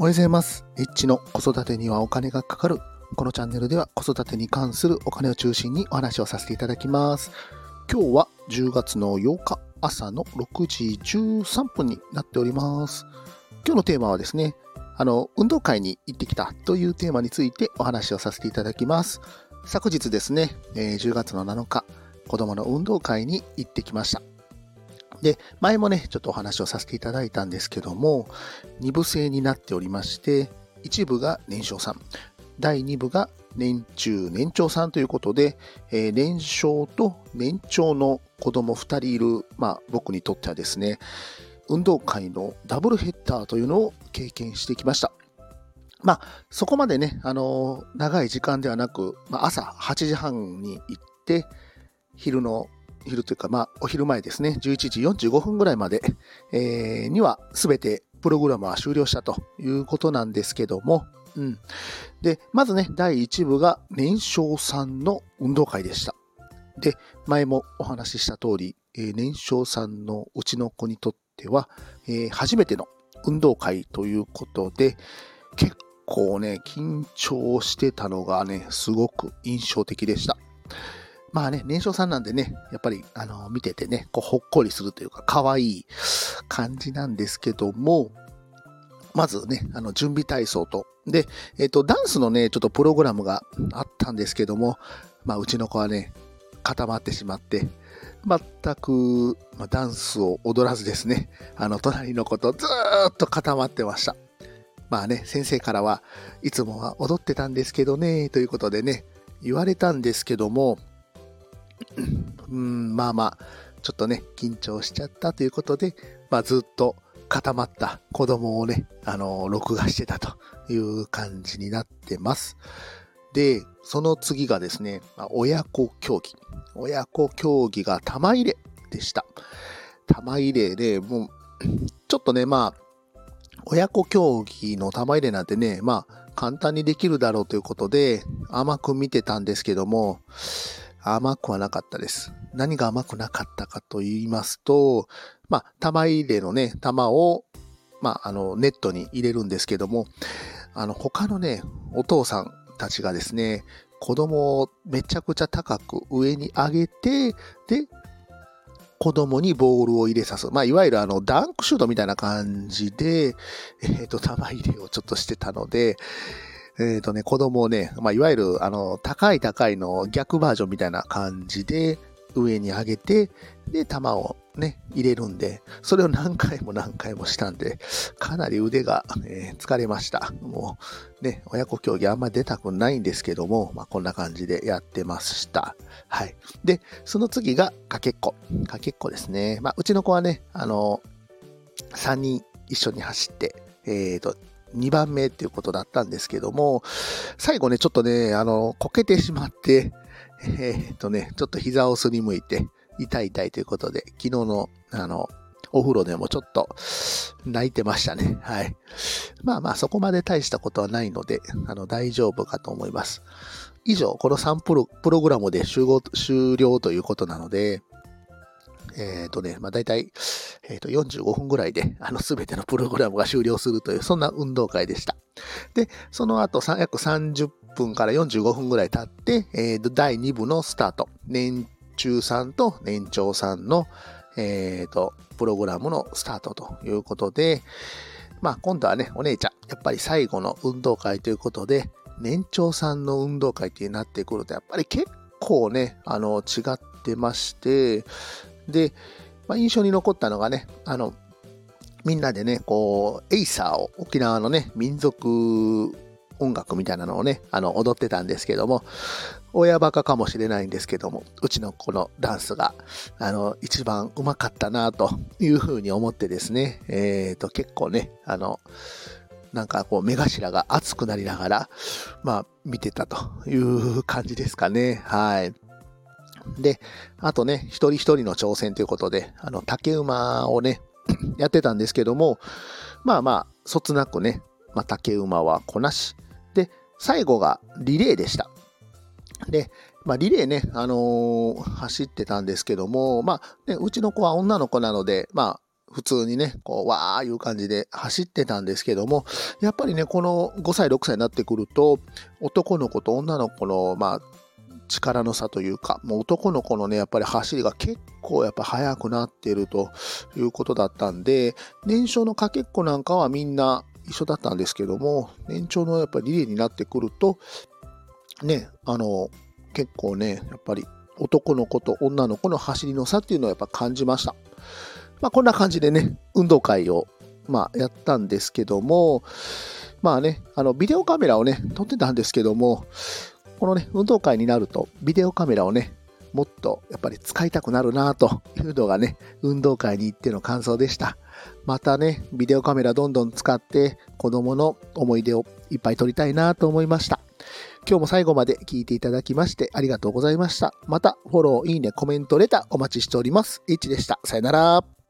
おはようございます。エッチの子育てにはお金がかかる。このチャンネルでは子育てに関するお金を中心にお話をさせていただきます。今日は10月の8日朝の6時13分になっております。今日のテーマはですね、運動会に行ってきたというテーマについてお話をさせていただきます。昨日ですね、10月の7日、子供の運動会に行ってきました。で、前もね、ちょっとお話をさせていただいたんですけども、2部制になっておりまして、1部が年少さん、第2部が年中年長さんということで、年少と年長の子供2人いる、僕にとってはですね、運動会のダブルヘッダーというのを経験してきました。そこまでね、長い時間ではなく、朝8時半に行って、昼というか、お昼前ですね、11時45分ぐらいまで、には全てプログラムは終了したということなんですけども、で、まずね、第1部が年少さんの運動会でした。で、前もお話しした通り、年少さんのうちの子にとっては、初めての運動会ということで、結構ね、緊張してたのがね、すごく印象的でした。年少さんなんでね、やっぱり、見ててね、ほっこりするというか、可愛い感じなんですけども、まずね、準備体操と、で、ダンスのね、ちょっとプログラムがあったんですけども、うちの子はね、固まってしまって、全く、ダンスを踊らずですね、隣の子とずーっと固まってました。先生からは、いつもは踊ってたんですけどね、ということでね、言われたんですけども、ちょっとね、緊張しちゃったということで、ずっと固まった子供をね、録画してたという感じになってます。で、その次がですね、親子競技。親子競技が玉入れでした。玉入れで、もう、ちょっとね、親子競技の玉入れなんてね、簡単にできるだろうということで、甘く見てたんですけども、甘くはなかったです。何が甘くなかったかと言いますと、玉入れのね、玉を、ネットに入れるんですけども、他のね、お父さんたちがですね、子供をめちゃくちゃ高く上に上げて、で、子供にボールを入れさす。いわゆるダンクシュートみたいな感じで、玉入れをちょっとしてたので、子供をね、いわゆる、高いの逆バージョンみたいな感じで上に上げて、で、球をね、入れるんで、それを何回もしたんで、かなり腕が、疲れました。もう、ね、親子競技あんまり出たくないんですけども、こんな感じでやってました。はい。で、その次がかけっこ。かけっこですね。うちの子はね、3人一緒に走って、2番目っていうことだったんですけども、最後ね、ちょっとね、こけてしまって、ちょっと膝をすりむいて、痛いということで、昨日の、お風呂でもちょっと泣いてましたね。はい。そこまで大したことはないので、大丈夫かと思います。以上、この3プログラムで終了ということなので、だいたい、45分ぐらいで、すべてのプログラムが終了するという、そんな運動会でした。で、その後、約30分から45分ぐらい経って、第2部のスタート。年中さんと年長さんの、プログラムのスタートということで、今度はね、お姉ちゃん、やっぱり最後の運動会ということで、年長さんの運動会ってなってくると、やっぱり結構ね、違ってまして、で、印象に残ったのがね、みんなでね、エイサーを、沖縄のね、民族音楽みたいなのをね、踊ってたんですけども、親バカかもしれないんですけども、うちの子のダンスが、一番うまかったなというふうに思ってですね、結構ね、目頭が熱くなりながら、見てたという感じですかね。はい。で、あとね、一人一人の挑戦ということで、竹馬をね、やってたんですけども、そつなくね、竹馬はこなし。で、最後がリレーでした。で、リレーね、走ってたんですけども、うちの子は女の子なので、 普通にね、こう、わーいう感じで走ってたんですけども、やっぱりね、この5歳、6歳になってくると、男の子と女の子の、力の差というか、もう男の子のね、やっぱり走りが結構やっぱ速くなっているということだったんで、年少のかけっこなんかはみんな一緒だったんですけども、年長のやっぱりリレーになってくると、ね、結構ね、やっぱり男の子と女の子の走りの差っていうのをやっぱ感じました。こんな感じでね、運動会を、やったんですけども、ビデオカメラをね、撮ってたんですけども、このね、運動会になると、ビデオカメラをね、もっとやっぱり使いたくなるなというのがね、運動会に行っての感想でした。またね、ビデオカメラどんどん使って子供の思い出をいっぱい撮りたいなと思いました。今日も最後まで聞いていただきましてありがとうございました。またフォロー、いいね、コメント、レターお待ちしております。H でした。さよなら。